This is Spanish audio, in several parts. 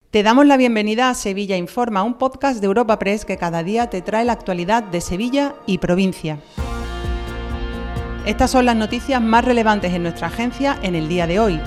Te damos la bienvenida a Sevilla Informa, un podcast de Europa Press que cada día te trae la actualidad de Sevilla y provincia. Estas son las noticias más relevantes en nuestra agencia en el día de hoy.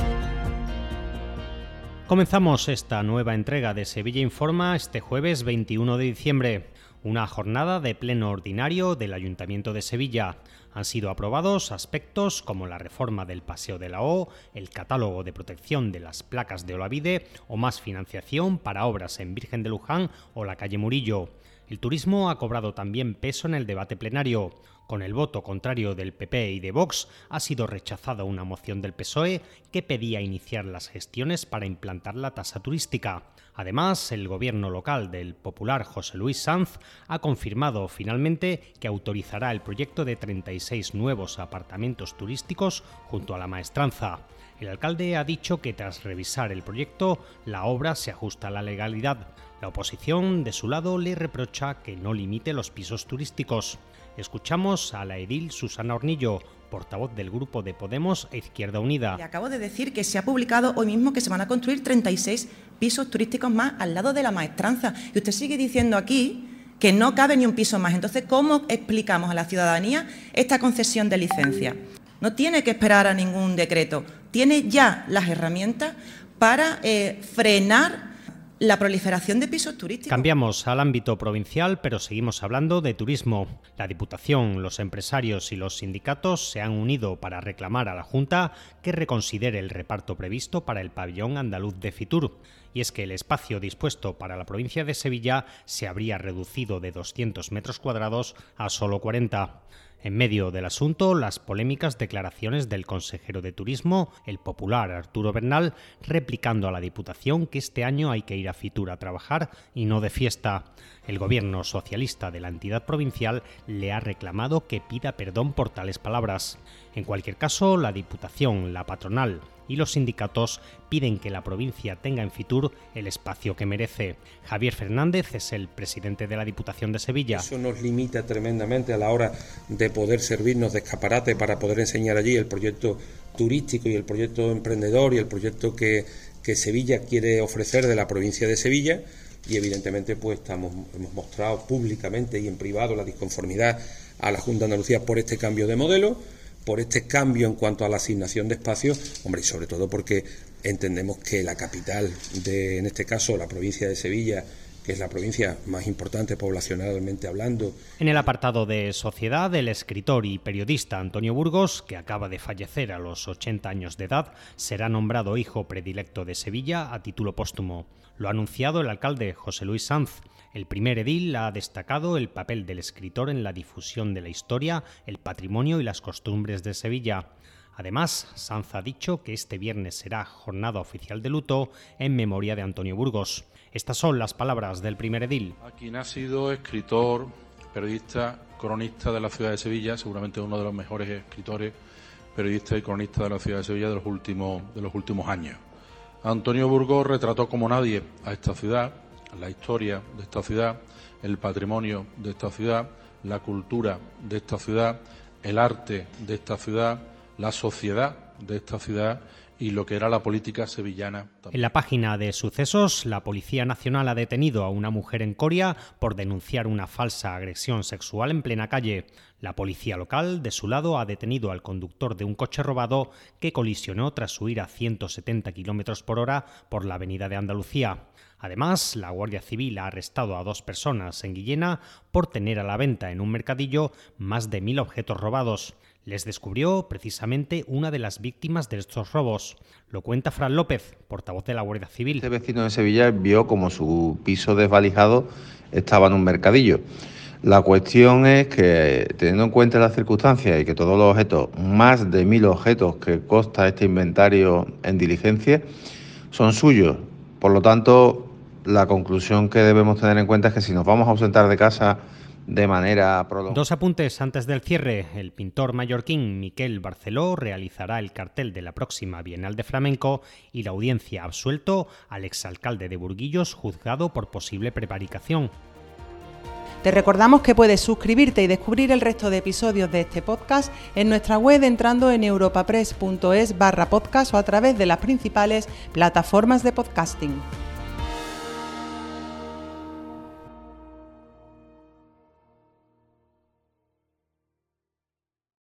Comenzamos esta nueva entrega de Sevilla Informa este jueves 21 de diciembre. Una jornada de pleno ordinario del Ayuntamiento de Sevilla. Han sido aprobados aspectos como la reforma del Paseo de la O, el catálogo de protección de las placas de Olavide o más financiación para obras en Virgen de Luján o la calle Murillo. El turismo ha cobrado también peso en el debate plenario. Con el voto contrario del PP y de Vox, ha sido rechazada una moción del PSOE que pedía iniciar las gestiones para implantar la tasa turística. Además, el gobierno local del popular José Luis Sanz ha confirmado finalmente que autorizará el proyecto de 36 nuevos apartamentos turísticos junto a la Maestranza. El alcalde ha dicho que tras revisar el proyecto, la obra se ajusta a la legalidad. La oposición, de su lado, le reprocha que no limite los pisos turísticos. Escuchamos a la edil Susana Hornillo, portavoz del grupo de Podemos e Izquierda Unida. Le acabo de decir que se ha publicado hoy mismo que se van a construir 36 pisos turísticos más al lado de la Maestranza. Y usted sigue diciendo aquí que no cabe ni un piso más. Entonces, ¿cómo explicamos a la ciudadanía esta concesión de licencia? No tiene que esperar a ningún decreto. Tiene ya las herramientas para frenar la proliferación de pisos turísticos. Cambiamos al ámbito provincial, pero seguimos hablando de turismo. La Diputación, los empresarios y los sindicatos se han unido para reclamar a la Junta que reconsidere el reparto previsto para el pabellón andaluz de Fitur. Y es que el espacio dispuesto para la provincia de Sevilla se habría reducido de 200 metros cuadrados a solo 40. En medio del asunto, las polémicas declaraciones del consejero de Turismo, el popular Arturo Bernal, replicando a la Diputación que este año hay que ir a Fitur a trabajar y no de fiesta. El gobierno socialista de la entidad provincial le ha reclamado que pida perdón por tales palabras. En cualquier caso, la Diputación, la patronal y los sindicatos piden que la provincia tenga en Fitur el espacio que merece. Javier Fernández es el presidente de la Diputación de Sevilla. Eso nos limita tremendamente a la hora de poder servirnos de escaparate para poder enseñar allí el proyecto turístico y el proyecto emprendedor y el proyecto que Sevilla quiere ofrecer de la provincia de Sevilla. Y evidentemente pues hemos mostrado públicamente y en privado la disconformidad a la Junta de Andalucía por este cambio de modelo, por este cambio en cuanto a la asignación de espacios, hombre, y sobre todo porque entendemos que la capital de, en este caso, la provincia de Sevilla, que es la provincia más importante poblacionalmente hablando. En el apartado de sociedad, el escritor y periodista Antonio Burgos, que acaba de fallecer a los 80 años de edad, será nombrado hijo predilecto de Sevilla a título póstumo. Lo ha anunciado el alcalde José Luis Sanz. El primer edil ha destacado el papel del escritor en la difusión de la historia, el patrimonio y las costumbres de Sevilla. Además, Sanz ha dicho que este viernes será jornada oficial de luto en memoria de Antonio Burgos. Estas son las palabras del primer edil. A quien ha sido escritor, periodista, cronista de la ciudad de Sevilla, seguramente uno de los mejores escritores, periodistas y cronistas de la ciudad de Sevilla de los últimos años. Antonio Burgos retrató como nadie a esta ciudad, la historia de esta ciudad, el patrimonio de esta ciudad, la cultura de esta ciudad, el arte de esta ciudad, la sociedad de esta ciudad y lo que era la política sevillana también. En la página de sucesos, la Policía Nacional ha detenido a una mujer en Coria por denunciar una falsa agresión sexual en plena calle. La policía local, de su lado, ha detenido al conductor de un coche robado que colisionó tras huir a 170 km por hora por la avenida de Andalucía. Además, la Guardia Civil ha arrestado a 2 personas en Guillena por tener a la venta en un mercadillo más de 1.000 objetos robados. Les descubrió precisamente una de las víctimas de estos robos. Lo cuenta Fran López, portavoz de la Guardia Civil. Este vecino de Sevilla vio como su piso desvalijado estaba en un mercadillo. La cuestión es que, teniendo en cuenta las circunstancias y que todos los objetos, más de 1.000 objetos que consta este inventario en diligencia, son suyos. Por lo tanto, la conclusión que debemos tener en cuenta es que si nos vamos a ausentar de casa de manera prolongada. 2 apuntes antes del cierre. El pintor mallorquín Miquel Barceló realizará el cartel de la próxima Bienal de Flamenco y la Audiencia ha absuelto al exalcalde de Burguillos juzgado por posible prevaricación. Te recordamos que puedes suscribirte y descubrir el resto de episodios de este podcast en nuestra web entrando en europapress.es/podcast o a través de las principales plataformas de podcasting.